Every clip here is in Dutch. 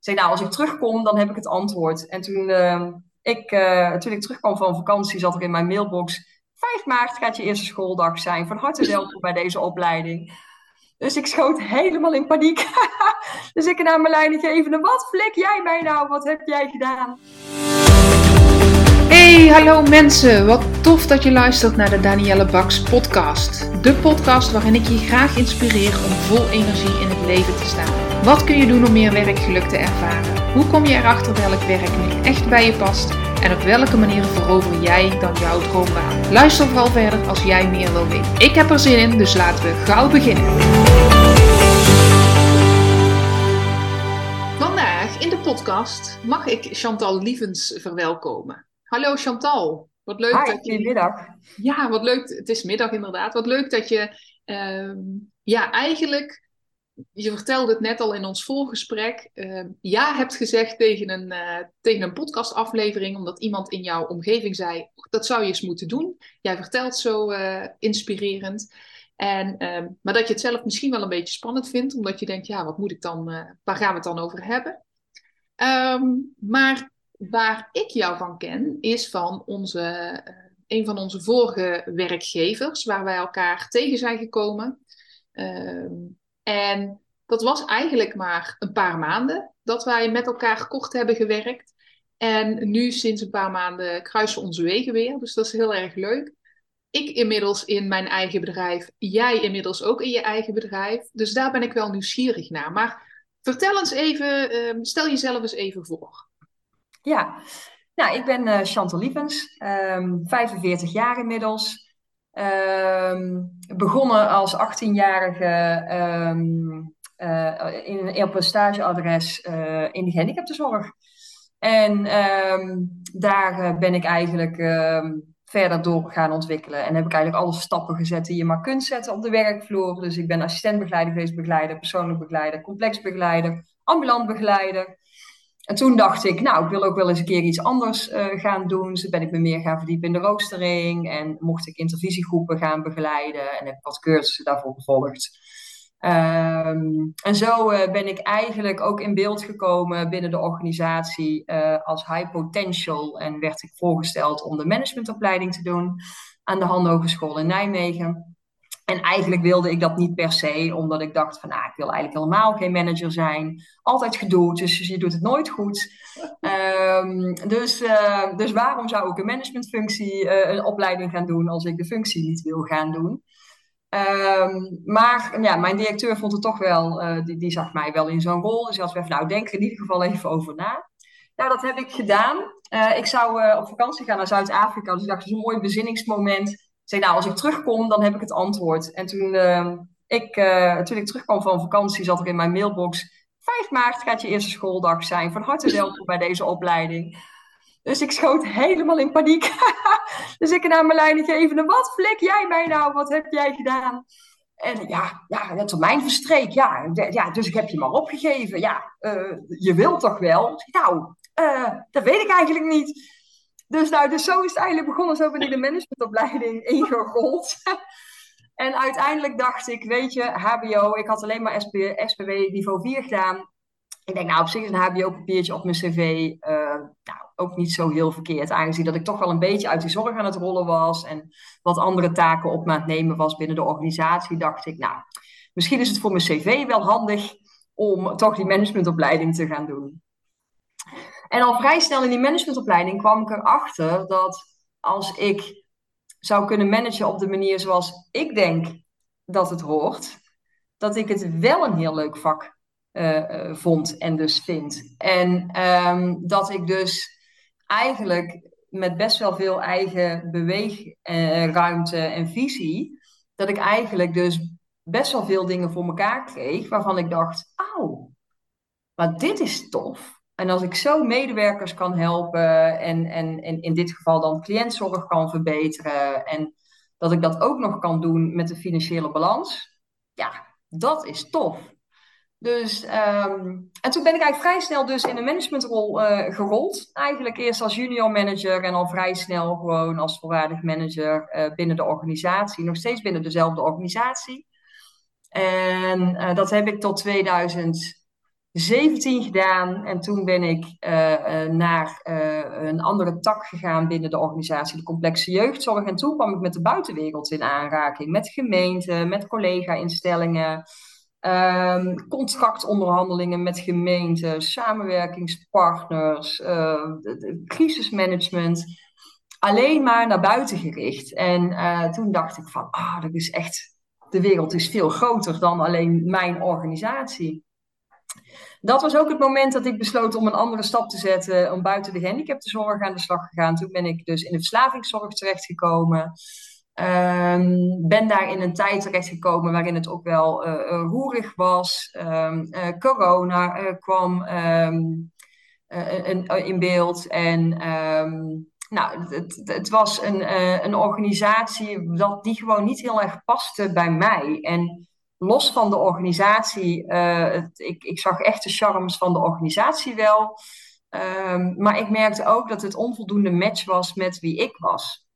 zei, nou, als ik terugkom, dan heb ik het antwoord. En toen ik terugkwam van vakantie, zat er in mijn mailbox: 5 maart gaat je eerste schooldag zijn. Van harte welkom bij deze opleiding. Dus ik schoot helemaal in paniek. Dus ik naar Marlijne geven: wat flik jij mij nou? Wat heb jij gedaan? Hey, hallo mensen. Wat tof dat je luistert naar de Danielle Baks podcast. De podcast waarin ik je graag inspireer om vol energie in het leven te staan. Wat kun je doen om meer werkgeluk te ervaren? Hoe kom je erachter welk werk nu echt bij je past? En op welke manieren verover jij dan jouw droombaan? Luister vooral verder als jij meer wil weten. Ik heb er zin in, dus laten we gauw beginnen. Vandaag in de podcast mag ik Chantal Lievens verwelkomen. Hallo Chantal, wat leuk Hi, dat je... goedemiddag. Ja, wat leuk. Het is middag inderdaad. Wat leuk dat je... eigenlijk... Je vertelde het net al in ons voorgesprek. Ja hebt gezegd tegen een podcastaflevering. Omdat iemand in jouw omgeving zei: "Och, dat zou je eens moeten doen." Jij vertelt zo inspirerend. Maar dat je het zelf misschien wel een beetje spannend vindt. Omdat je denkt, ja, wat moet ik dan... waar gaan we het dan over hebben? Maar waar ik jou van ken, is van een van onze vorige werkgevers, waar wij elkaar tegen zijn gekomen. En dat was eigenlijk maar een paar maanden dat wij met elkaar kort hebben gewerkt. En nu sinds een paar maanden kruisen onze wegen weer, dus dat is heel erg leuk. Ik inmiddels in mijn eigen bedrijf, jij inmiddels ook in je eigen bedrijf. Dus daar ben ik wel nieuwsgierig naar. Maar vertel eens even, stel jezelf eens even voor. Ja, nou, ik ben Chantal Lievens, 45 jaar inmiddels. Begonnen als 18-jarige op een stageadres in de gehandicaptenzorg. En daar ben ik eigenlijk verder door gaan ontwikkelen. En heb ik eigenlijk alle stappen gezet die je maar kunt zetten op de werkvloer. Dus ik ben assistent-begeleider geweest, begeleider, persoonlijk begeleider, complex begeleider, ambulant begeleider. En toen dacht ik, nou, ik wil ook wel eens een keer iets anders gaan doen. Dus ben ik me meer gaan verdiepen in de roostering. En mocht ik intervisiegroepen gaan begeleiden. En heb ik wat cursussen daarvoor gevolgd. En zo ben ik eigenlijk ook in beeld gekomen binnen de organisatie als high potential. En werd ik voorgesteld om de managementopleiding te doen aan de Han Hogeschool in Nijmegen. En eigenlijk wilde ik dat niet per se, omdat ik dacht van, nou, ik wil eigenlijk helemaal geen manager zijn. Altijd gedoe, dus je doet het nooit goed. Dus waarom zou ik een managementfunctie, een opleiding gaan doen als ik de functie niet wil gaan doen? Maar ja, mijn directeur vond het toch wel, die zag mij wel in zo'n rol. Dus hij had gezegd, nou, denk er in ieder geval even over na. Nou, dat heb ik gedaan. Ik zou op vakantie gaan naar Zuid-Afrika, dus ik dacht, dat is een mooi bezinningsmoment. Ik zei, nou, als ik terugkom, dan heb ik het antwoord. En toen ik terugkwam van vakantie, zat er in mijn mailbox: 5 maart gaat je eerste schooldag zijn. Van harte welkom bij deze opleiding. Dus ik schoot helemaal in paniek. Dus ik naar Marlijne geven: wat flik jij mij nou? Wat heb jij gedaan? En ja, de termijn verstreek. Ja, dus ik heb je maar opgegeven. Ja, je wilt toch wel? Nou, dat weet ik eigenlijk niet. Dus zo is het eigenlijk begonnen. Zo ben ik de managementopleiding ingerold. En uiteindelijk dacht ik, weet je, HBO, ik had alleen maar SPW niveau 4 gedaan. Ik denk, nou, op zich is een HBO-papiertje op mijn cv nou, ook niet zo heel verkeerd. Aangezien dat ik toch wel een beetje uit die zorg aan het rollen was. En wat andere taken op me aan het nemen was binnen de organisatie. Dacht ik, nou, misschien is het voor mijn cv wel handig om toch die managementopleiding te gaan doen. En al vrij snel in die managementopleiding kwam ik erachter dat als ik zou kunnen managen op de manier zoals ik denk dat het hoort, dat ik het wel een heel leuk vak vond en dus vind. En dat ik dus eigenlijk met best wel veel eigen beweegruimte en visie, dat ik eigenlijk dus best wel veel dingen voor elkaar kreeg waarvan ik dacht, auw, maar dit is tof. En als ik zo medewerkers kan helpen en in dit geval dan cliëntzorg kan verbeteren en dat ik dat ook nog kan doen met de financiële balans, ja, dat is tof. Dus, en toen ben ik eigenlijk vrij snel dus in een managementrol gerold. Eigenlijk eerst als junior manager en al vrij snel gewoon als volwaardig manager binnen de organisatie. Nog steeds binnen dezelfde organisatie. En dat heb ik tot 2018 17 gedaan en toen ben ik naar een andere tak gegaan binnen de organisatie, de complexe jeugdzorg. En toen kwam ik met de buitenwereld in aanraking, met gemeenten, met collega-instellingen, contractonderhandelingen met gemeenten, samenwerkingspartners, crisismanagement. Alleen maar naar buiten gericht. En toen dacht ik van, dat is echt, de wereld is veel groter dan alleen mijn organisatie. Dat was ook het moment dat ik besloot om een andere stap te zetten, om buiten de gehandicaptenzorg aan de slag gegaan. Toen ben ik dus in de verslavingszorg terechtgekomen. Ben daar in een tijd terechtgekomen waarin het ook wel roerig was. Corona kwam in beeld. En nou, het was een organisatie die gewoon niet heel erg paste bij mij. En los van de organisatie, ik zag echt de charmes van de organisatie wel. Maar ik merkte ook dat het onvoldoende match was met wie ik was.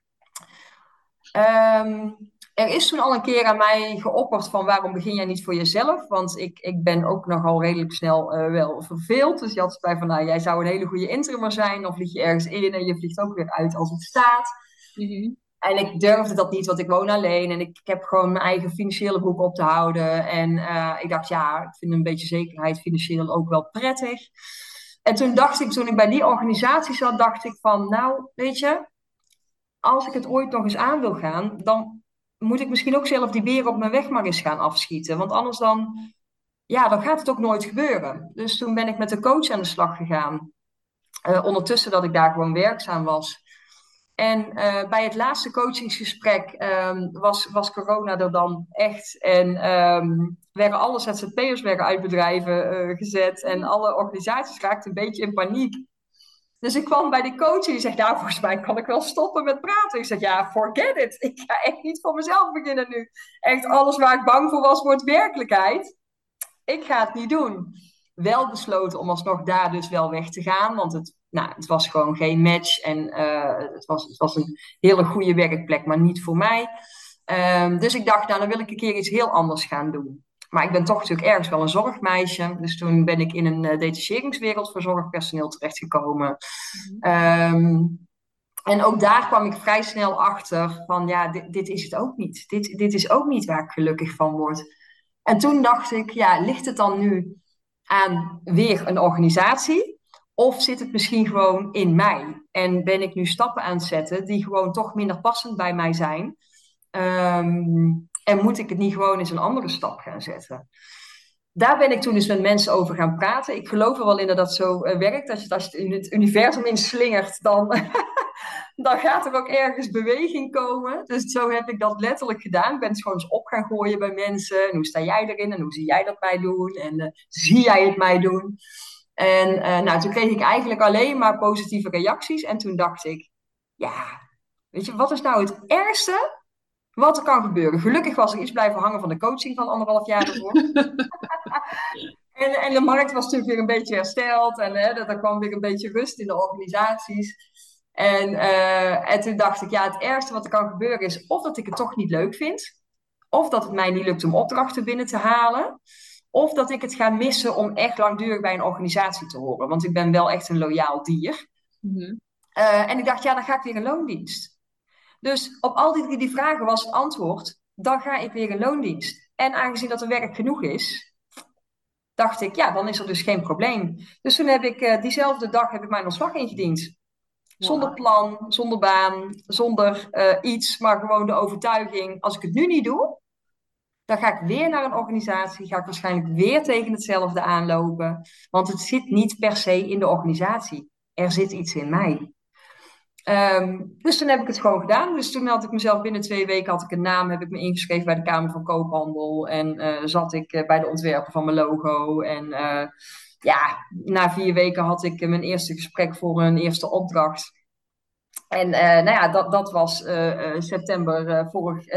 Er is toen al een keer aan mij geopperd van waarom begin jij niet voor jezelf? Want ik ben ook nogal redelijk snel wel verveeld. Dus je had bij van, nou, jij zou een hele goede interimmer zijn. Dan vlieg je ergens in en je vliegt ook weer uit als het staat. Mm-hmm. En ik durfde dat niet, want ik woon alleen. En ik heb gewoon mijn eigen financiële broek op te houden. En ik dacht, ja, ik vind een beetje zekerheid financieel ook wel prettig. En toen dacht ik, toen ik bij die organisatie zat, dacht ik van, nou, weet je, als ik het ooit nog eens aan wil gaan, dan moet ik misschien ook zelf die beren op mijn weg maar eens gaan afschieten. Want anders dan gaat het ook nooit gebeuren. Dus toen ben ik met de coach aan de slag gegaan. Ondertussen dat ik daar gewoon werkzaam was. En bij het laatste coachingsgesprek was corona er dan echt. En werden alle ZZP'ers uit bedrijven gezet. En alle organisaties raakten een beetje in paniek. Dus ik kwam bij die coach en die zegt, nou, volgens mij kan ik wel stoppen met praten. Ik zeg, ja, forget it. Ik ga echt niet voor mezelf beginnen nu. Echt alles waar ik bang voor was, wordt werkelijkheid. Ik ga het niet doen. Wel besloten om alsnog daar dus wel weg te gaan. Want het was gewoon geen match. En het was een hele goede werkplek, maar niet voor mij. Dus ik dacht, nou, dan wil ik een keer iets heel anders gaan doen. Maar ik ben toch natuurlijk ergens wel een zorgmeisje. Dus toen ben ik in een detacheringswereld voor zorgpersoneel terechtgekomen. En ook daar kwam ik vrij snel achter van, ja, dit is het ook niet. Dit is ook niet waar ik gelukkig van word. En toen dacht ik, ja, ligt het dan nu aan weer een organisatie? Of zit het misschien gewoon in mij? En ben ik nu stappen aan het zetten die gewoon toch minder passend bij mij zijn? En moet ik het niet gewoon eens een andere stap gaan zetten? Daar ben ik toen dus met mensen over gaan praten. Ik geloof er wel in dat dat zo werkt. Als je het in het universum inslingert, dan gaat er ook ergens beweging komen. Dus zo heb ik dat letterlijk gedaan. Ik ben het gewoon eens op gaan gooien bij mensen. En hoe sta jij erin? En hoe zie jij dat mij doen? En zie jij het mij doen? En toen kreeg ik eigenlijk alleen maar positieve reacties. En toen dacht ik, ja, weet je, wat is nou het ergste wat er kan gebeuren? Gelukkig was ik iets blijven hangen van de coaching van 1,5 jaar ervoor. En de markt was natuurlijk weer een beetje hersteld. En er kwam weer een beetje rust in de organisaties. En toen dacht ik, ja, het ergste wat er kan gebeuren is of dat ik het toch niet leuk vind. Of dat het mij niet lukt om opdrachten binnen te halen. Of dat ik het ga missen om echt langdurig bij een organisatie te horen. Want ik ben wel echt een loyaal dier. Mm-hmm. En ik dacht, ja, dan ga ik weer in loondienst. Dus op al die vragen was het antwoord, dan ga ik weer in loondienst. En aangezien dat er werk genoeg is, dacht ik, ja, dan is er dus geen probleem. Dus toen heb ik diezelfde dag mijn ontslag ingediend. Zonder plan, zonder baan, zonder iets, maar gewoon de overtuiging, als ik het nu niet doe, dan ga ik weer naar een organisatie, ga ik waarschijnlijk weer tegen hetzelfde aanlopen. Want het zit niet per se in de organisatie. Er zit iets in mij. Dus toen heb ik het gewoon gedaan. Dus toen had ik mezelf binnen 2 weken had ik een naam, heb ik me ingeschreven bij de Kamer van Koophandel. En zat ik bij de ontwerper van mijn logo. En na 4 weken had ik mijn eerste gesprek voor een eerste opdracht. En dat was september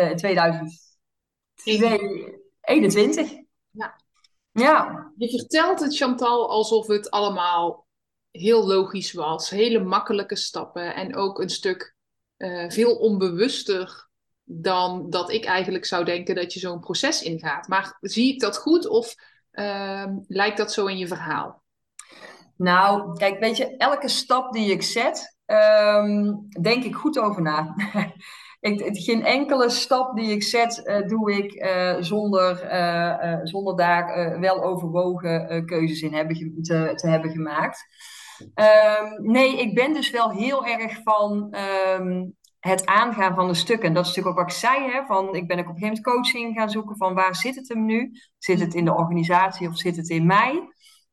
2021. Ja. Je vertelt het, Chantal, alsof het allemaal heel logisch was. Hele makkelijke stappen. En ook een stuk veel onbewuster dan dat ik eigenlijk zou denken dat je zo'n proces ingaat. Maar zie ik dat goed? Of lijkt dat zo in je verhaal? Nou, kijk, weet je, elke stap die ik zet, denk ik goed over na. Geen enkele stap die ik zet, doe ik zonder daar wel overwogen keuzes in te hebben gemaakt. Nee, ik ben dus wel heel erg van het aangaan van de stukken. Dat is natuurlijk ook wat ik zei, hè, van ik ben ook op een gegeven moment coaching gaan zoeken van waar zit het hem nu? Zit het in de organisatie of zit het in mij?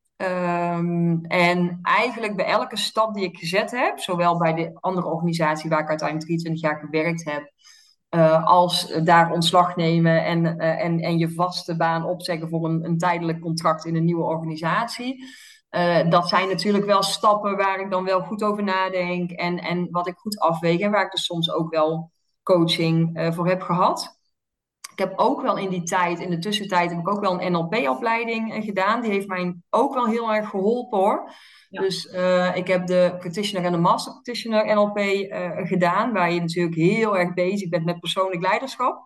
En eigenlijk bij elke stap die ik gezet heb, zowel bij de andere organisatie waar ik uiteindelijk 23 jaar gewerkt heb, als daar ontslag nemen en je vaste baan opzeggen voor een tijdelijk contract in een nieuwe organisatie. Dat zijn natuurlijk wel stappen waar ik dan wel goed over nadenk en wat ik goed afweeg en waar ik dus soms ook wel coaching voor heb gehad. Ik heb ook wel in de tussentijd, heb ik ook wel een NLP-opleiding gedaan. Die heeft mij ook wel heel erg geholpen hoor. Ja. Dus ik heb de practitioner en de master practitioner NLP gedaan, waar je natuurlijk heel erg bezig bent met persoonlijk leiderschap.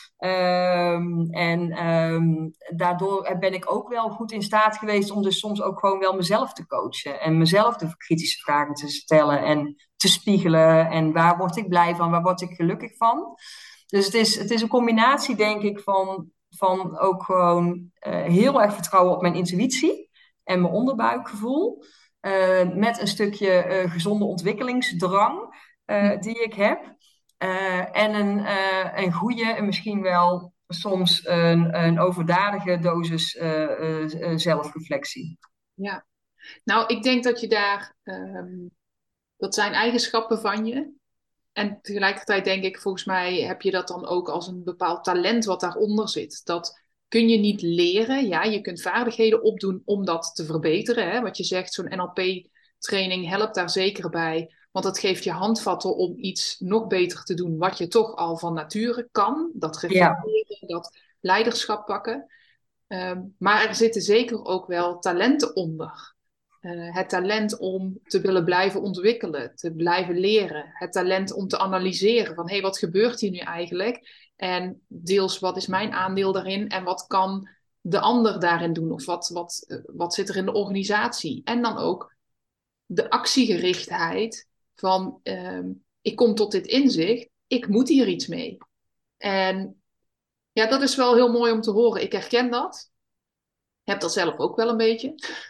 Daardoor ben ik ook wel goed in staat geweest om dus soms ook gewoon wel mezelf te coachen. En mezelf de kritische vragen te stellen en te spiegelen. En waar word ik blij van, waar word ik gelukkig van? Dus het is een combinatie, denk ik, van ook gewoon heel erg vertrouwen op mijn intuïtie en mijn onderbuikgevoel. Met een stukje gezonde ontwikkelingsdrang die ik heb. En een goede en misschien wel soms een overdadige dosis zelfreflectie. Ja, nou, ik denk dat je daar, dat zijn eigenschappen van je. En tegelijkertijd denk ik, volgens mij heb je dat dan ook als een bepaald talent wat daaronder zit. Dat kun je niet leren. Ja, je kunt vaardigheden opdoen om dat te verbeteren. Hè? Wat je zegt, zo'n NLP-training helpt daar zeker bij. Want dat geeft je handvatten om iets nog beter te doen wat je toch al van nature kan. Dat Ja, reflecteren, dat leiderschap pakken. Maar er zitten zeker ook wel talenten onder. Het talent om te willen blijven ontwikkelen, te blijven leren. Het talent om te analyseren van, hé, wat gebeurt hier nu eigenlijk? En deels, wat is mijn aandeel daarin? En wat kan de ander daarin doen? Of wat zit er in de organisatie? En dan ook de actiegerichtheid van, ik kom tot dit inzicht, ik moet hier iets mee. En ja, dat is wel heel mooi om te horen. Ik herken dat. Ik heb dat zelf ook wel een beetje.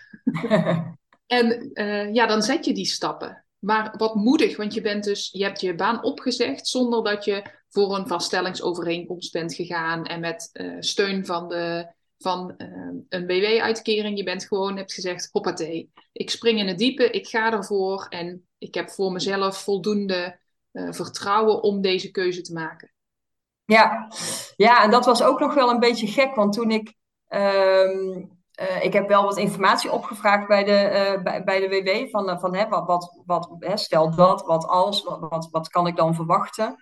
En ja, dan zet je die stappen. Maar wat moedig, want je hebt je baan opgezegd zonder dat je voor een vaststellingsovereenkomst bent gegaan en met steun van een WW-uitkering. Je bent gewoon, hebt gezegd, hoppatee, ik spring in het diepe, ik ga ervoor en ik heb voor mezelf voldoende vertrouwen om deze keuze te maken. ja. Ja, en dat was ook nog wel een beetje gek, want toen ehm, ik heb wel wat informatie opgevraagd bij de WW van hè, hè, stel dat, wat als, wat kan ik dan verwachten?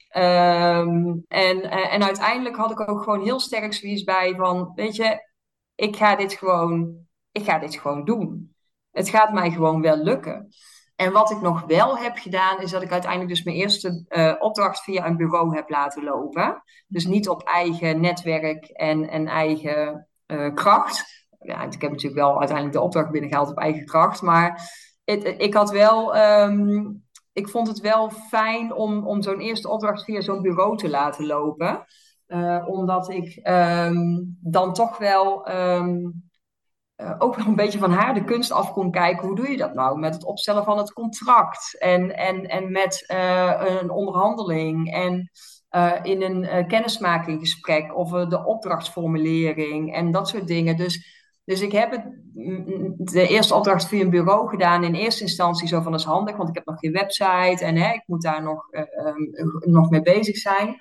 En uiteindelijk had ik ook gewoon heel sterk zoiets bij van, weet je, ik ga ik ga dit gewoon doen. Het gaat mij gewoon wel lukken. En wat ik nog wel heb gedaan, is dat ik uiteindelijk dus mijn eerste opdracht via een bureau heb laten lopen. Dus niet op eigen netwerk en eigen kracht. Ja, ik heb natuurlijk wel uiteindelijk de opdracht binnengehaald op eigen kracht. Maar ik had wel, ik vond het wel fijn om zo'n eerste opdracht via zo'n bureau te laten lopen. Omdat ik dan toch wel ook wel een beetje van haar de kunst af kon kijken. Hoe doe je dat nou? Met het opstellen van het contract en met een onderhandeling en in een kennismakinggesprek of de opdrachtsformulering en dat soort dingen. Dus ik heb de eerste opdracht via een bureau gedaan in eerste instantie zo van dat is handig, want ik heb nog geen website en ik moet daar nog mee bezig zijn.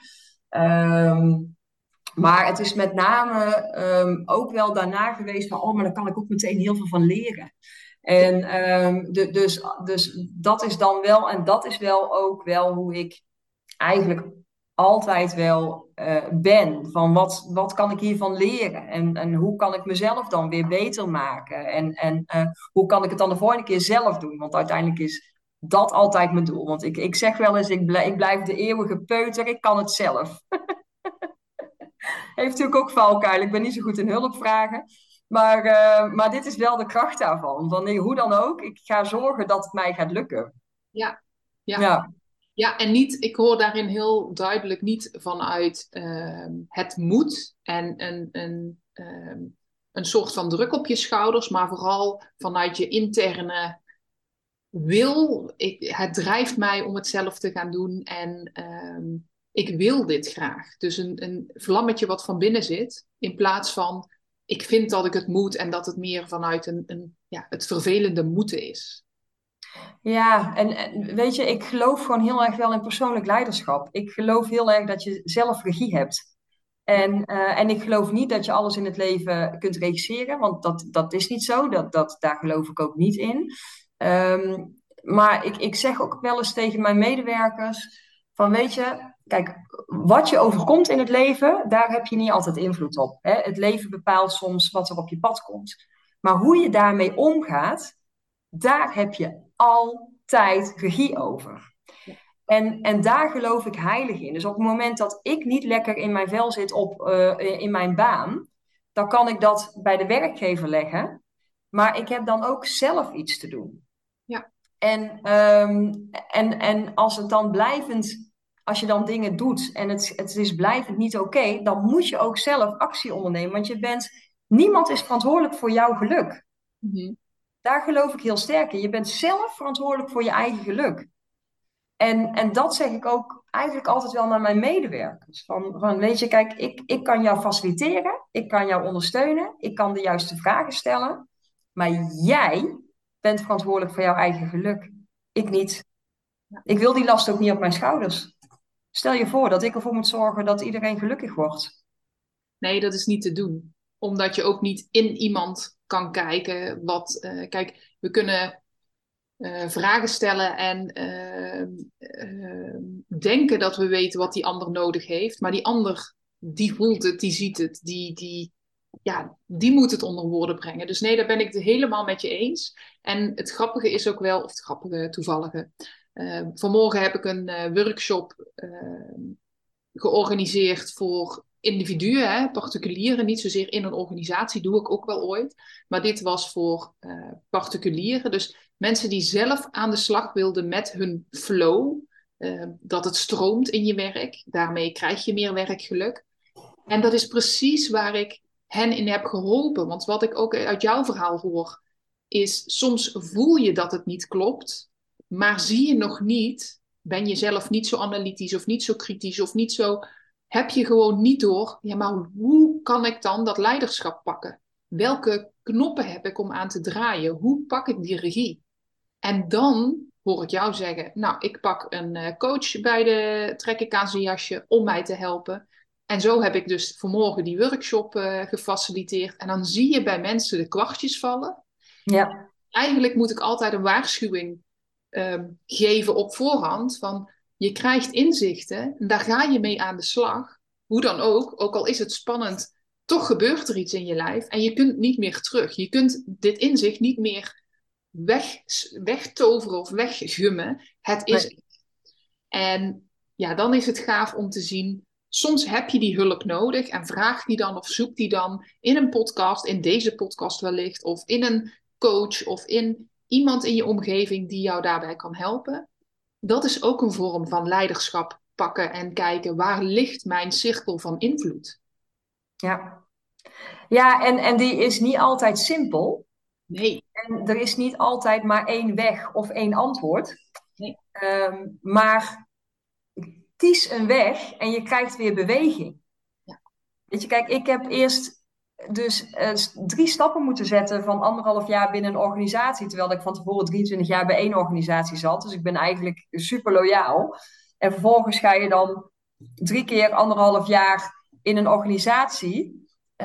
Maar het is met name ook wel daarna geweest van, oh, maar daar kan ik ook meteen heel veel van leren. En dus dat is dan wel, en dat is wel ook wel hoe ik eigenlijk altijd wel ben. Van wat kan ik hiervan leren? En hoe kan ik mezelf dan weer beter maken? En hoe kan ik het dan de volgende keer zelf doen? Want uiteindelijk is dat altijd mijn doel. Want ik zeg wel eens, ik blijf de eeuwige peuter, ik kan het zelf. Heeft natuurlijk ook valkuil. Ik ben niet zo goed in hulp vragen. Maar dit is wel de kracht daarvan. Van nee, hoe dan ook, ik ga zorgen dat het mij gaat lukken. Ja, ja. Ja, Ja, en niet, ik hoor daarin heel duidelijk niet vanuit het moet en een soort van druk op je schouders, maar vooral vanuit je interne wil. Het drijft mij om het zelf te gaan doen en ik wil dit graag. Dus een vlammetje wat van binnen zit, in plaats van ik vind dat ik het moet en dat het meer vanuit het vervelende moeten is. ja, en weet je, ik geloof gewoon heel erg wel in persoonlijk leiderschap. Ik geloof heel erg dat je zelf regie hebt. Ja. En ik geloof niet dat je alles in het leven kunt regisseren, want dat is niet zo. Daar geloof ik ook niet in. Ehm, maar ik zeg ook wel eens tegen mijn medewerkers: van weet je, kijk, wat je overkomt in het leven, daar heb je niet altijd invloed op. Hè? Het leven bepaalt soms wat er op je pad komt. Maar hoe je daarmee omgaat, daar heb je altijd regie over. En daar geloof ik heilig in. Dus op het moment dat ik niet lekker in mijn vel zit in mijn baan, dan kan ik dat bij de werkgever leggen. Maar ik heb dan ook zelf iets te doen. Ja. En als het dan blijvend, als je dan dingen doet en het is blijvend niet oké, dan moet je ook zelf actie ondernemen. Want niemand is verantwoordelijk voor jouw geluk. Mhm. Daar geloof ik heel sterk in. Je bent zelf verantwoordelijk voor je eigen geluk. En dat zeg ik ook eigenlijk altijd wel naar mijn medewerkers. Van weet je, kijk, ik kan jou faciliteren, ik kan jou ondersteunen, ik kan de juiste vragen stellen, maar jij bent verantwoordelijk voor jouw eigen geluk. Ik niet. Ik wil die last ook niet op mijn schouders. Stel je voor dat ik ervoor moet zorgen dat iedereen gelukkig wordt. Nee, dat is niet te doen. Omdat je ook niet in iemand kan kijken kijk, we kunnen vragen stellen en denken dat we weten wat die ander nodig heeft. Maar die ander, die voelt het, die ziet het, die moet het onder woorden brengen. Dus nee, daar ben ik het helemaal met je eens. En het grappige is ook wel, of het grappige, toevallige. Vanmorgen heb ik een workshop georganiseerd voor individuen, hè, particulieren, niet zozeer in een organisatie, doe ik ook wel ooit. Maar dit was voor particulieren, dus mensen die zelf aan de slag wilden met hun flow, dat het stroomt in je werk. Daarmee krijg je meer werkgeluk. En dat is precies waar ik hen in heb geholpen. Want wat ik ook uit jouw verhaal hoor, is soms voel je dat het niet klopt, maar zie je nog niet, ben je zelf niet zo analytisch of niet zo kritisch of niet zo, heb je gewoon niet door, ja, maar hoe kan ik dan dat leiderschap pakken? Welke knoppen heb ik om aan te draaien? Hoe pak ik die regie? En dan hoor ik jou zeggen, nou, ik pak een coach trek ik aan zijn jasje om mij te helpen. En zo heb ik dus vanmorgen die workshop gefaciliteerd. En dan zie je bij mensen de kwartjes vallen. Ja, Eigenlijk moet ik altijd een waarschuwing geven op voorhand. Van je krijgt inzichten en daar ga je mee aan de slag. Hoe dan ook al is het spannend, toch gebeurt er iets in je lijf. En je kunt niet meer terug. Je kunt dit inzicht niet meer wegtoveren of weggummen. Het is. nee, En ja, dan is het gaaf om te zien. Soms heb je die hulp nodig en vraag die dan of zoek die dan in een podcast, in deze podcast wellicht, of in een coach of in iemand in je omgeving die jou daarbij kan helpen. Dat is ook een vorm van leiderschap pakken en kijken waar ligt mijn cirkel van invloed. ja. Ja, en die is niet altijd simpel. Nee, En er is niet altijd maar één weg of één antwoord. nee. Maar kies een weg en je krijgt weer beweging. Ja. Weet je, kijk, ik heb eerst dus 3 stappen moeten zetten van 1,5 jaar binnen een organisatie, terwijl ik van tevoren 23 jaar bij één organisatie zat. Dus ik ben eigenlijk super loyaal. En vervolgens ga je dan 3 keer 1,5 jaar in een organisatie.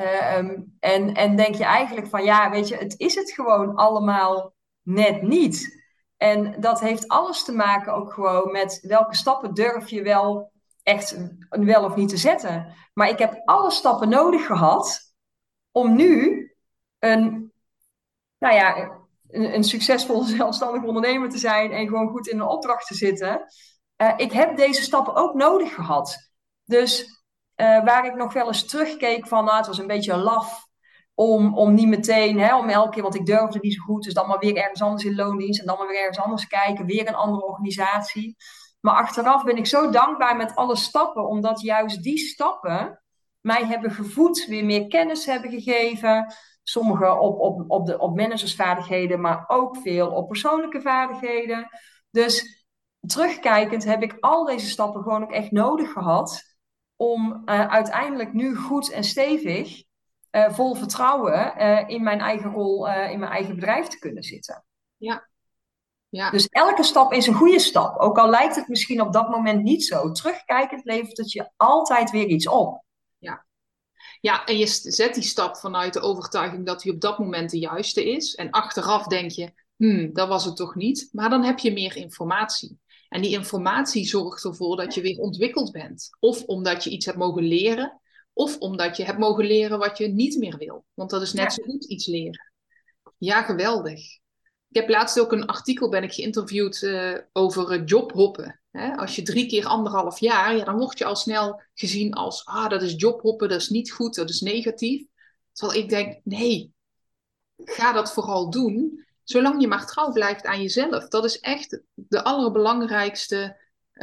En denk je eigenlijk van, ja, weet je, het is het gewoon allemaal net niet. En dat heeft alles te maken ook gewoon met welke stappen durf je wel echt wel of niet te zetten. Maar ik heb alle stappen nodig gehad om nu een, nou ja, een succesvol zelfstandig ondernemer te zijn en gewoon goed in een opdracht te zitten. Ik heb deze stappen ook nodig gehad. Dus waar ik nog wel eens terugkeek van, nou, het was een beetje laf om niet meteen, om elke keer, want ik durfde niet zo goed, dus dan maar weer ergens anders in loondienst en dan maar weer ergens anders kijken, weer een andere organisatie. Maar achteraf ben ik zo dankbaar met alle stappen, omdat juist die stappen mij hebben gevoed, weer meer kennis hebben gegeven. Sommige op managersvaardigheden, maar ook veel op persoonlijke vaardigheden. Dus terugkijkend heb ik al deze stappen gewoon ook echt nodig gehad om uiteindelijk nu goed en stevig, vol vertrouwen in mijn eigen rol, in mijn eigen bedrijf te kunnen zitten. Ja, ja, Dus elke stap is een goede stap. Ook al lijkt het misschien op dat moment niet zo. Terugkijkend levert het je altijd weer iets op. ja. Ja, en je zet die stap vanuit de overtuiging dat hij op dat moment de juiste is. En achteraf denk je, dat was het toch niet. Maar dan heb je meer informatie. En die informatie zorgt ervoor dat je weer ontwikkeld bent. Of omdat je iets hebt mogen leren. Of omdat je hebt mogen leren wat je niet meer wil. Want dat is net zo goed iets leren. Ja, geweldig. Ik heb laatst ook een artikel ben ik geïnterviewd over jobhoppen. Hè? Als je 3 keer 1,5 jaar, ja, dan word je al snel gezien als, dat is jobhoppen, dat is niet goed, dat is negatief. Terwijl ik denk, nee, ga dat vooral doen, zolang je maar trouw blijft aan jezelf. Dat is echt de allerbelangrijkste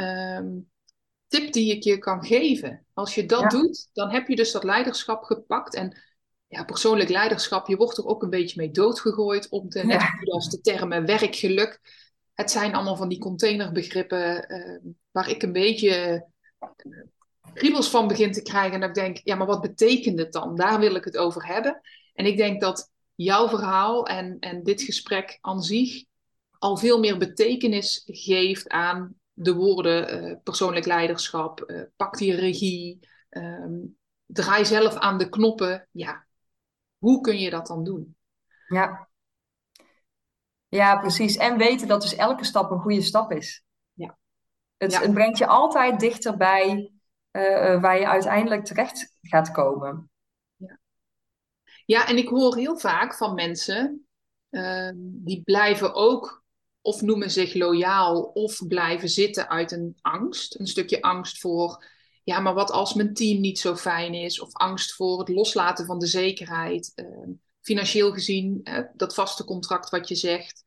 tip die ik je kan geven. Als je dat doet, dan heb je dus dat leiderschap gepakt. En ja, persoonlijk leiderschap, je wordt er ook een beetje mee doodgegooid op net als de termen werkgeluk. Het zijn allemaal van die containerbegrippen waar ik een beetje kriebels van begin te krijgen. En dat ik denk, ja, maar wat betekent het dan? Daar wil ik het over hebben. En ik denk dat jouw verhaal en dit gesprek aan zich al veel meer betekenis geeft aan de woorden persoonlijk leiderschap, pak die regie, draai zelf aan de knoppen. Ja, hoe kun je dat dan doen? Ja. Ja, precies. En weten dat dus elke stap een goede stap is. Ja. Het brengt je altijd dichterbij waar je uiteindelijk terecht gaat komen. Ja, en ik hoor heel vaak van mensen die blijven ook of noemen zich loyaal of blijven zitten uit een angst. Een stukje angst voor, ja, maar wat als mijn team niet zo fijn is? Of angst voor het loslaten van de zekerheid. Financieel gezien, dat vaste contract wat je zegt.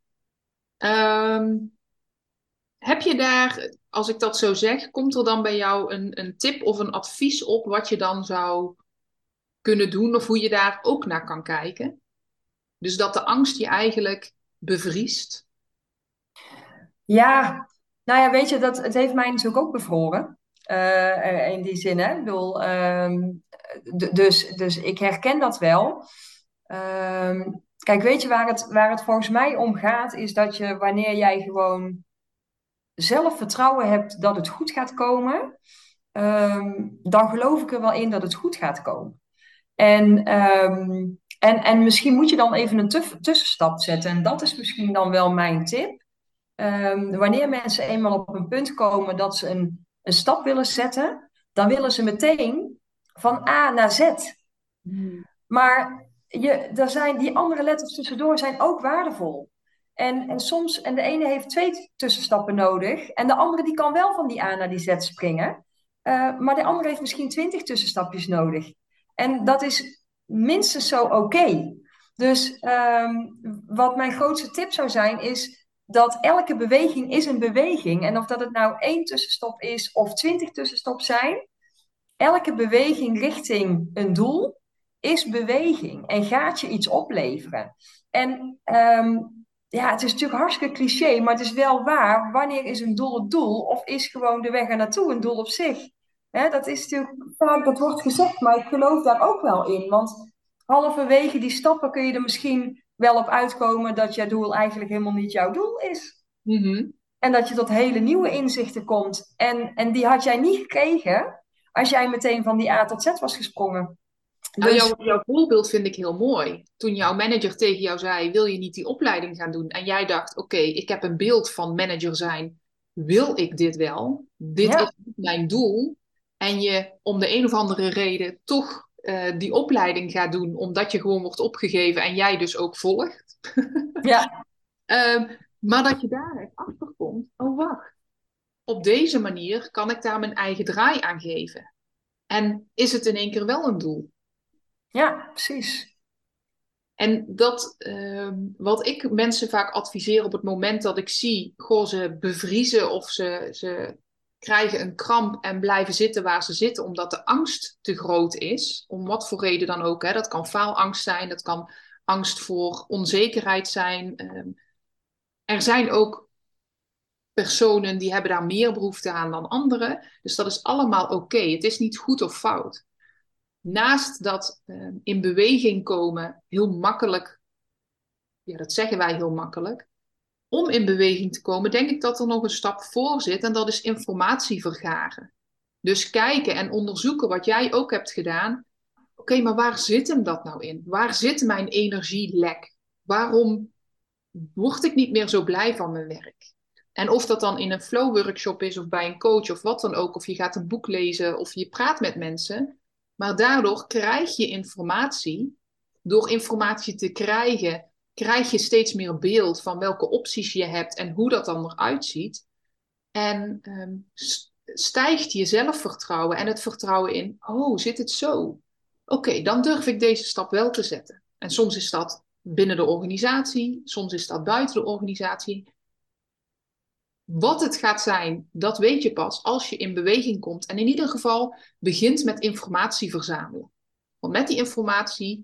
Heb je daar, als ik dat zo zeg, komt er dan bij jou een tip of een advies op wat je dan zou kunnen doen of hoe je daar ook naar kan kijken? Dus dat de angst je eigenlijk bevriest? Ja, nou ja, weet je, het heeft mij natuurlijk ook bevroren. In die zin, hè. Ik bedoel, dus ik herken dat wel. Kijk, weet je waar het volgens mij om gaat, is dat je wanneer jij gewoon zelf vertrouwen hebt dat het goed gaat komen, dan geloof ik er wel in dat het goed gaat komen. En misschien moet je dan even een tussenstap zetten. En dat is misschien dan wel mijn tip. Wanneer mensen eenmaal op een punt komen dat ze een stap willen zetten, dan willen ze meteen van A naar Z. Maar die andere letters tussendoor zijn ook waardevol. En soms, en de ene heeft 2 tussenstappen nodig, en de andere die kan wel van die A naar die Z springen. Maar de andere heeft misschien 20 tussenstapjes nodig. En dat is minstens zo oké. Dus wat mijn grootste tip zou zijn, is dat elke beweging is een beweging. En of dat het nou 1 tussenstop is of 20 tussenstops zijn, elke beweging richting een doel is beweging en gaat je iets opleveren. En het is natuurlijk hartstikke cliché, maar het is wel waar. Wanneer is een doel het doel? Of is gewoon de weg er naartoe een doel op zich? Dat is natuurlijk vaak, dat wordt gezegd, maar ik geloof daar ook wel in. Want halverwege die stappen kun je er misschien wel op uitkomen dat je doel eigenlijk helemaal niet jouw doel is. Mm-hmm. En dat je tot hele nieuwe inzichten komt. En die had jij niet gekregen als jij meteen van die A tot Z was gesprongen. Nou, Dus jouw voorbeeld vind ik heel mooi. Toen jouw manager tegen jou zei, wil je niet die opleiding gaan doen? En jij dacht, oké, ik heb een beeld van manager zijn. Wil ik dit wel? Dit is mijn doel. En je om de een of andere reden toch die opleiding gaat doen, omdat je gewoon wordt opgegeven en jij dus ook volgt. ja, Maar dat je daar echt achter komt, oh wacht, op deze manier kan ik daar mijn eigen draai aan geven. En is het in één keer wel een doel? ja, precies. En dat, wat ik mensen vaak adviseer op het moment dat ik zie, goh, ze bevriezen of ze krijgen een kramp en blijven zitten waar ze zitten, omdat de angst te groot is, om wat voor reden dan ook. Hè. Dat kan faalangst zijn, dat kan angst voor onzekerheid zijn. Er zijn ook personen die hebben daar meer behoefte aan dan anderen. Dus dat is allemaal oké. Het is niet goed of fout. Naast dat in beweging komen heel makkelijk, ja, dat zeggen wij heel makkelijk. Om in beweging te komen, denk ik dat er nog een stap voor zit en dat is informatie vergaren. Dus kijken en onderzoeken wat jij ook hebt gedaan. Oké, maar waar zit hem dat nou in? Waar zit mijn energielek? Waarom word ik niet meer zo blij van mijn werk? En of dat dan in een flow workshop is of bij een coach of wat dan ook, of je gaat een boek lezen of je praat met mensen. Maar daardoor krijg je informatie. Door informatie te krijgen, krijg je steeds meer beeld van welke opties je hebt en hoe dat dan eruit ziet. En stijgt je zelfvertrouwen en het vertrouwen in, oh, zit het zo? Oké, dan durf ik deze stap wel te zetten. En soms is dat binnen de organisatie, soms is dat buiten de organisatie. Wat het gaat zijn, dat weet je pas als je in beweging komt. En in ieder geval begint met informatie verzamelen. Want met die informatie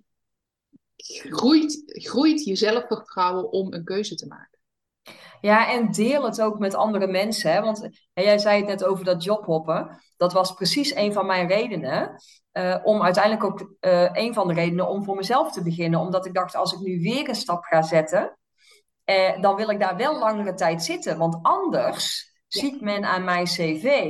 groeit je zelfvertrouwen om een keuze te maken. Ja, en deel het ook met andere mensen. Hè? Want jij zei het net over dat jobhoppen. Dat was precies een van mijn redenen. Om uiteindelijk ook een van de redenen om voor mezelf te beginnen. Omdat ik dacht, als ik nu weer een stap ga zetten, dan wil ik daar wel langere tijd zitten. Want anders ziet men aan mijn cv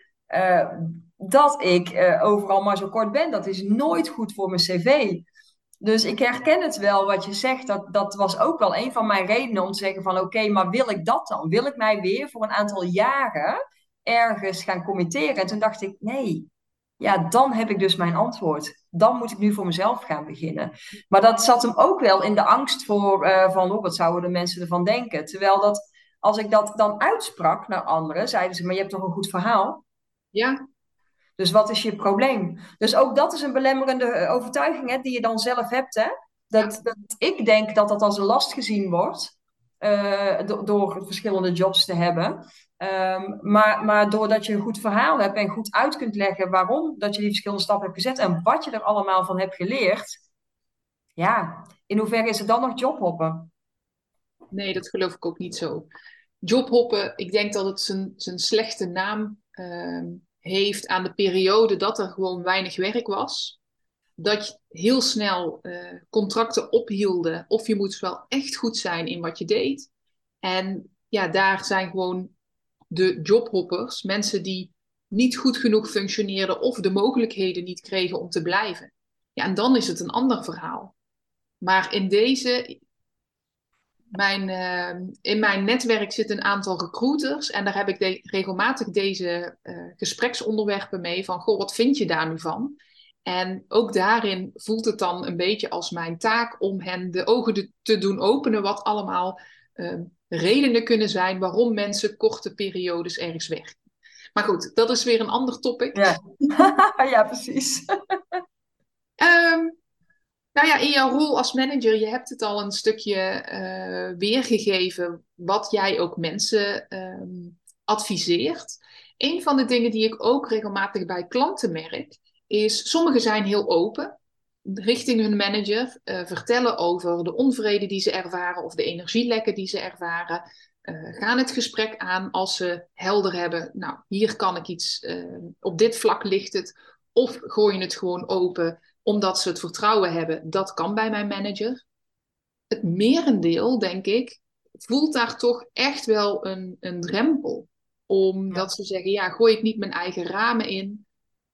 dat ik overal maar zo kort ben. Dat is nooit goed voor mijn cv. Dus ik herken het wel wat je zegt. Dat was ook wel een van mijn redenen om te zeggen van oké, maar wil ik dat dan? Wil ik mij weer voor een aantal jaren ergens gaan committeren? En toen dacht ik, nee, ja, dan heb ik dus mijn antwoord. Dan moet ik nu voor mezelf gaan beginnen. Maar dat zat hem ook wel in de angst voor van oh, wat zouden de mensen ervan denken? Terwijl dat, als ik dat dan uitsprak naar anderen, zeiden ze, maar je hebt toch een goed verhaal? Ja, Dus wat is je probleem? Dus ook dat is een belemmerende overtuiging hè, die je dan zelf hebt. Hè? ja. Dat ik denk dat dat als een last gezien wordt door verschillende jobs te hebben. Maar doordat je een goed verhaal hebt en goed uit kunt leggen waarom dat je die verschillende stappen hebt gezet en wat je er allemaal van hebt geleerd. Ja, in hoeverre is het dan nog jobhoppen? Nee, dat geloof ik ook niet zo. Jobhoppen, ik denk dat het zijn slechte naam heeft aan de periode dat er gewoon weinig werk was. Dat je heel snel contracten ophielden of je moest wel echt goed zijn in wat je deed. En ja, daar zijn gewoon de jobhoppers, mensen die niet goed genoeg functioneerden of de mogelijkheden niet kregen om te blijven. Ja, en dan is het een ander verhaal. Maar in mijn netwerk zitten een aantal recruiters en daar heb ik regelmatig deze gespreksonderwerpen mee van, goh, wat vind je daar nu van? En ook daarin voelt het dan een beetje als mijn taak om hen de ogen te doen openen wat allemaal redenen kunnen zijn waarom mensen korte periodes ergens werken. Maar goed, dat is weer een ander topic. Ja, ja precies. Ehm, Nou ja, in jouw rol als manager, je hebt het al een stukje weergegeven wat jij ook mensen adviseert. Een van de dingen die ik ook regelmatig bij klanten merk, is sommigen zijn heel open richting hun manager, vertellen over de onvrede die ze ervaren of de energielekken die ze ervaren. Gaan het gesprek aan als ze helder hebben, nou, hier kan ik iets, op dit vlak ligt het, of gooi je het gewoon open omdat ze het vertrouwen hebben, dat kan bij mijn manager. Het merendeel, denk ik, voelt daar toch echt wel een drempel. Ja. Omdat ze zeggen, ja, gooi ik niet mijn eigen ramen in.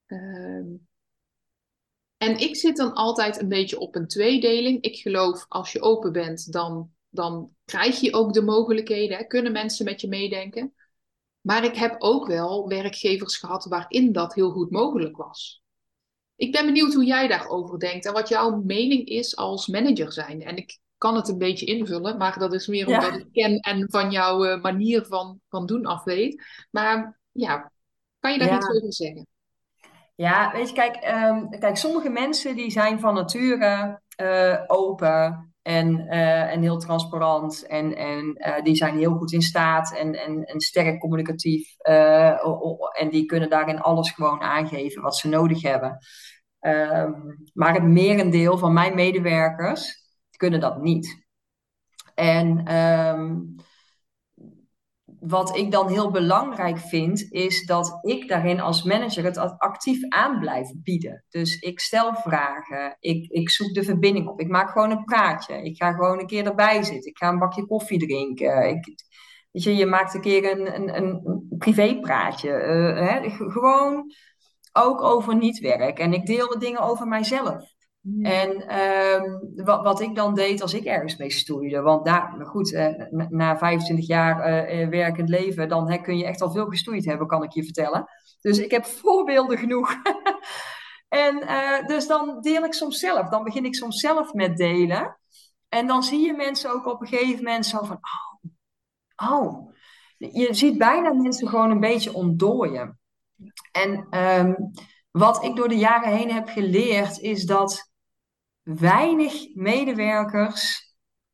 En ik zit dan altijd een beetje op een tweedeling. Ik geloof, als je open bent, dan krijg je ook de mogelijkheden. Hè? Kunnen mensen met je meedenken? Maar ik heb ook wel werkgevers gehad waarin dat heel goed mogelijk was. Ik ben benieuwd hoe jij daarover denkt en wat jouw mening is als manager zijn. En ik kan het een beetje invullen, maar dat is meer omdat Ja. ik ken en van jouw manier van doen af weet. Maar ja, kan je daar iets Ja. over zeggen? Ja, weet je, kijk, sommige mensen die zijn van nature open en heel transparant. En die zijn heel goed in staat en sterk communicatief. En die kunnen daarin alles gewoon aangeven wat ze nodig hebben. Maar het merendeel van mijn medewerkers kunnen dat niet. En wat ik dan heel belangrijk vind, is dat ik daarin als manager het actief aan blijf bieden. Dus ik stel vragen, ik zoek de verbinding op, ik maak gewoon een praatje, ik ga gewoon een keer erbij zitten, ik ga een bakje koffie drinken. Weet je, je maakt een keer een privépraatje. Gewoon ook over niet-werk. En ik deelde dingen over mijzelf. En wat ik dan deed als ik ergens mee stoeide. Want goed, na 25 jaar werkend leven, dan kun je echt al veel gestoeid hebben, kan ik je vertellen. Dus ik heb voorbeelden genoeg. En dus dan deel ik soms zelf. Dan begin ik soms zelf met delen. En dan zie je mensen ook op een gegeven moment zo van, oh. Je ziet bijna mensen gewoon een beetje ontdooien. En wat ik door de jaren heen heb geleerd, is dat weinig medewerkers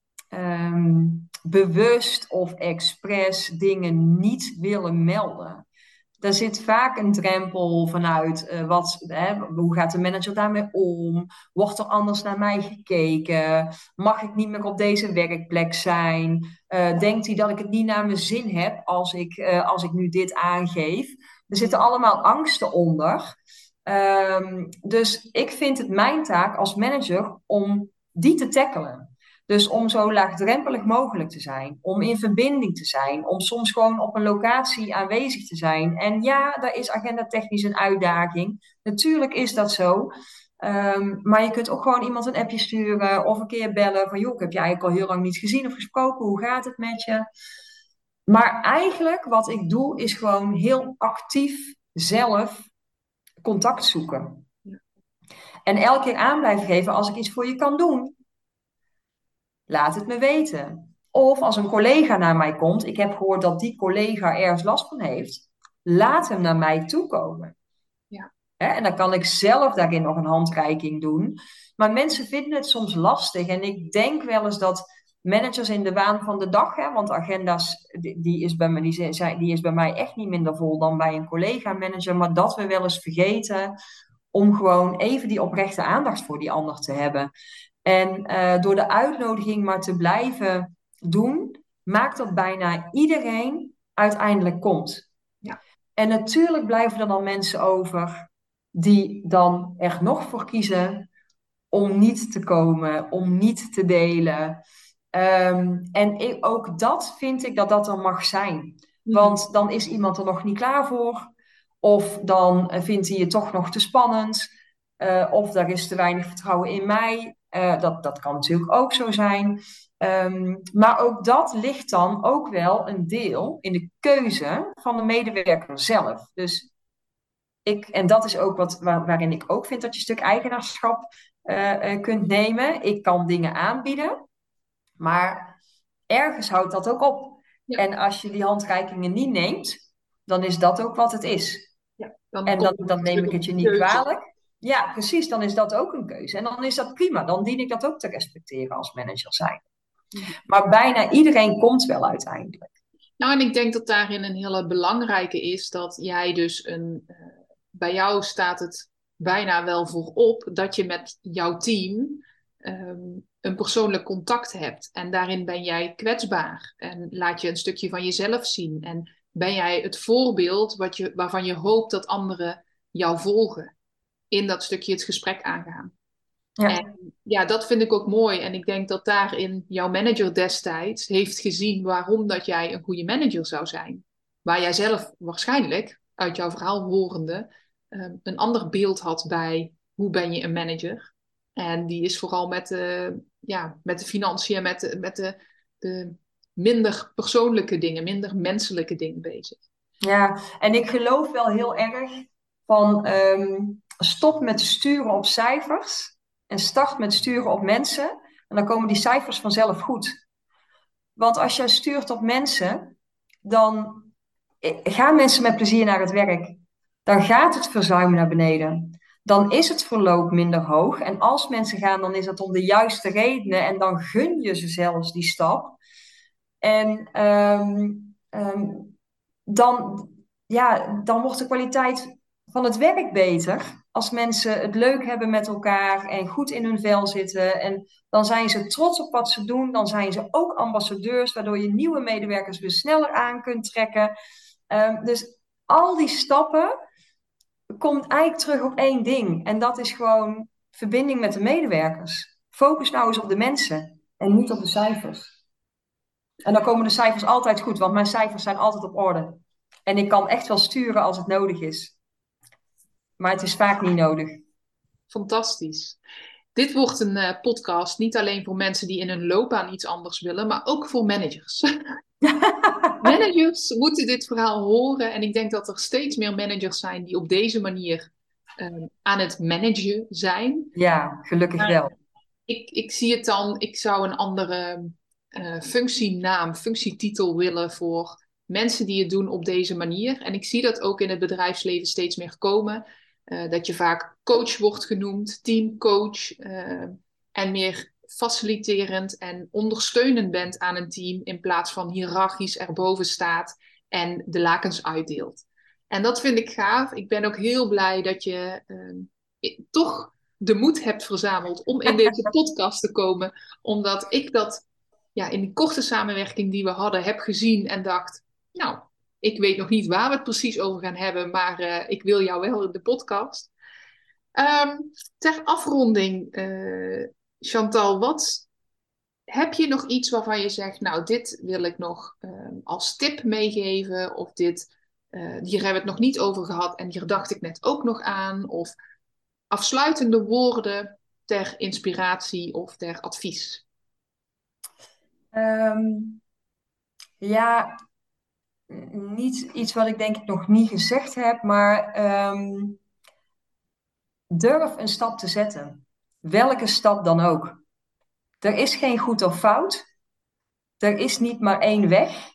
bewust of expres dingen niet willen melden. Daar zit vaak een drempel vanuit hoe gaat de manager daarmee om? Wordt er anders naar mij gekeken? Mag ik niet meer op deze werkplek zijn? Denkt hij dat ik het niet naar mijn zin heb als ik nu dit aangeef? Er zitten allemaal angsten onder. Dus ik vind het mijn taak als manager om die te tackelen. Dus om zo laagdrempelig mogelijk te zijn, om in verbinding te zijn, om soms gewoon op een locatie aanwezig te zijn. En ja, daar is agendatechnisch een uitdaging. Natuurlijk is dat zo. Maar je kunt ook gewoon iemand een appje sturen of een keer bellen van joh, ik heb je eigenlijk al heel lang niet gezien of gesproken. Hoe gaat het met je? Maar eigenlijk wat ik doe is gewoon heel actief zelf contact zoeken. En elke keer aan blijven geven als ik iets voor je kan doen. Laat het me weten. Of als een collega naar mij komt, ik heb gehoord dat die collega ergens last van heeft, laat hem naar mij toekomen. Ja. En dan kan ik zelf daarin nog een handreiking doen. Maar mensen vinden het soms lastig. En ik denk wel eens dat managers in de waan van de dag, want agenda's, die is bij mij echt niet minder vol dan bij een collega-manager, maar dat we wel eens vergeten om gewoon even die oprechte aandacht voor die ander te hebben. En door de uitnodiging maar te blijven doen, maakt dat bijna iedereen uiteindelijk komt. Ja. En natuurlijk blijven er dan mensen over die dan er nog voor kiezen om niet te komen, om niet te delen. Ook dat vind ik dat dat er mag zijn. Want dan is iemand er nog niet klaar voor. Of dan vindt hij het toch nog te spannend. Of daar is te weinig vertrouwen in mij. Dat kan natuurlijk ook zo zijn. Maar ook dat ligt dan ook wel een deel in de keuze van de medewerker zelf. Dus en dat is ook waarin ik ook vind dat je een stuk eigenaarschap kunt nemen. Ik kan dingen aanbieden, maar ergens houdt dat ook op. Ja. En als je die handreikingen niet neemt, dan is dat ook wat het is. Ja, dan neem ik het je niet kwalijk. Ja, precies, dan is dat ook een keuze. En dan is dat prima, dan dien ik dat ook te respecteren als manager zijn. Maar bijna iedereen komt wel uiteindelijk. Nou, en ik denk dat daarin een hele belangrijke is dat jij dus bij jou staat het bijna wel voorop dat je met jouw team een persoonlijk contact hebt. En daarin ben jij kwetsbaar en laat je een stukje van jezelf zien. En ben jij het voorbeeld waarvan je hoopt dat anderen jou volgen. In dat stukje het gesprek aangaan. Ja. En ja, dat vind ik ook mooi. En ik denk dat daarin jouw manager destijds heeft gezien waarom dat jij een goede manager zou zijn. Waar jij zelf waarschijnlijk, uit jouw verhaal horende, een ander beeld had bij hoe ben je een manager. En die is vooral met de financiën en met de minder persoonlijke dingen, minder menselijke dingen bezig. Ja, en ik geloof wel heel erg van stop met sturen op cijfers en start met sturen op mensen. En dan komen die cijfers vanzelf goed. Want als jij stuurt op mensen, dan gaan mensen met plezier naar het werk. Dan gaat het verzuim naar beneden. dan is het verloop minder hoog. En als mensen gaan, dan is dat om de juiste redenen. En dan gun je ze zelfs die stap. En dan wordt de kwaliteit van het werk beter. Als mensen het leuk hebben met elkaar en goed in hun vel zitten. En dan zijn ze trots op wat ze doen. Dan zijn ze ook ambassadeurs, waardoor je nieuwe medewerkers weer sneller aan kunt trekken. Dus al die stappen komt eigenlijk terug op één ding. En dat is gewoon verbinding met de medewerkers. Focus nou eens op de mensen en niet op de cijfers. En dan komen de cijfers altijd goed, want mijn cijfers zijn altijd op orde. En ik kan echt wel sturen als het nodig is. Maar het is vaak niet nodig. Fantastisch. Dit wordt een podcast niet alleen voor mensen die in hun loopbaan iets anders willen, maar ook voor managers. Managers moeten dit verhaal horen. En ik denk dat er steeds meer managers zijn die op deze manier aan het managen zijn. Ja, gelukkig wel. Ik zie het dan, ik zou een andere functietitel willen voor mensen die het doen op deze manier. En ik zie dat ook in het bedrijfsleven steeds meer komen. Dat je vaak coach wordt genoemd, teamcoach. En meer faciliterend en ondersteunend bent aan een team in plaats van hiërarchisch erboven staat en de lakens uitdeelt. En dat vind ik gaaf. Ik ben ook heel blij dat je toch de moed hebt verzameld om in deze podcast te komen. Omdat ik dat in die korte samenwerking die we hadden heb gezien en dacht, nou, ik weet nog niet waar we het precies over gaan hebben, maar ik wil jou wel in de podcast. Ter afronding, Chantal, heb je nog iets waarvan je zegt, nou, dit wil ik nog als tip meegeven, of hier hebben we het nog niet over gehad en hier dacht ik net ook nog aan, of afsluitende woorden ter inspiratie of ter advies? Niet iets wat ik denk ik nog niet gezegd heb, maar durf een stap te zetten. Welke stap dan ook. Er is geen goed of fout. Er is niet maar één weg.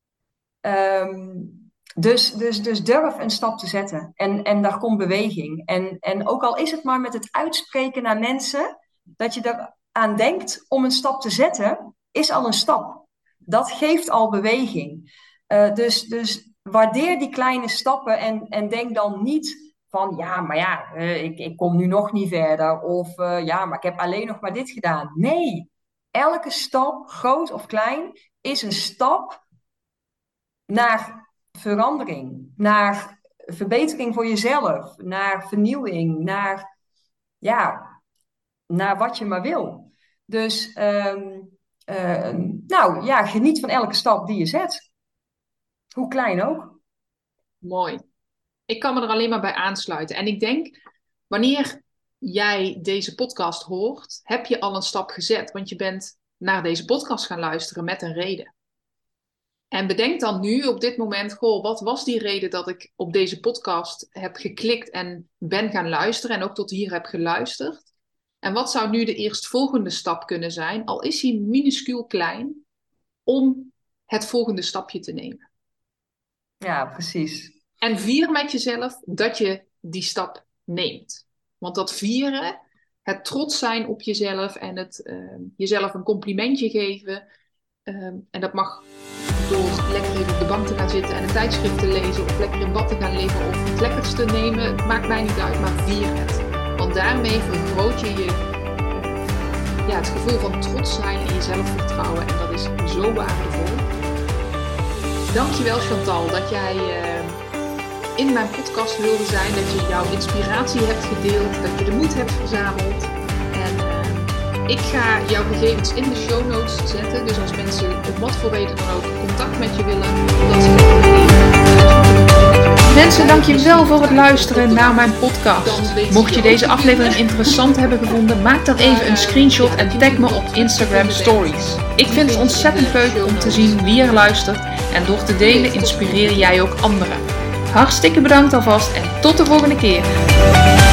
Dus durf een stap te zetten. En daar komt beweging. En ook al is het maar met het uitspreken naar mensen, dat je eraan denkt om een stap te zetten, is al een stap. Dat geeft al beweging. Dus waardeer die kleine stappen en denk dan niet van, ik kom nu nog niet verder. Of maar ik heb alleen nog maar dit gedaan. Nee, elke stap, groot of klein, is een stap naar verandering. Naar verbetering voor jezelf. Naar vernieuwing. Naar wat je maar wil. Dus geniet van elke stap die je zet. Hoe klein ook. Mooi. Ik kan me er alleen maar bij aansluiten. En ik denk, wanneer jij deze podcast hoort, heb je al een stap gezet. Want je bent naar deze podcast gaan luisteren met een reden. En bedenk dan nu op dit moment, wat was die reden dat ik op deze podcast heb geklikt en ben gaan luisteren en ook tot hier heb geluisterd? En wat zou nu de eerstvolgende stap kunnen zijn, al is hij minuscuul klein, om het volgende stapje te nemen? Ja, precies. En vier met jezelf dat je die stap neemt. Want dat vieren, het trots zijn op jezelf en het jezelf een complimentje geven. En dat mag door lekker even op de bank te gaan zitten en een tijdschrift te lezen of lekker in bad te gaan liggen of het lekkers te nemen. Het maakt mij niet uit, maar vier het. Want daarmee vergroot je het gevoel van trots zijn en je zelfvertrouwen. En dat is zo waardevol. Dankjewel Chantal dat jij in mijn podcast wilde zijn. Dat je jouw inspiratie hebt gedeeld. Dat je de moed hebt verzameld. En ik ga jouw gegevens in de show notes zetten. Dus als mensen op wat voor reden dan ook contact met je willen. Mensen, dank je wel voor het luisteren naar mijn podcast. Mocht je deze aflevering interessant hebben gevonden, maak dan even een screenshot en tag me op Instagram Stories. Ik vind het ontzettend leuk om te zien wie er luistert en door te delen inspireer jij ook anderen. Hartstikke bedankt alvast en tot de volgende keer.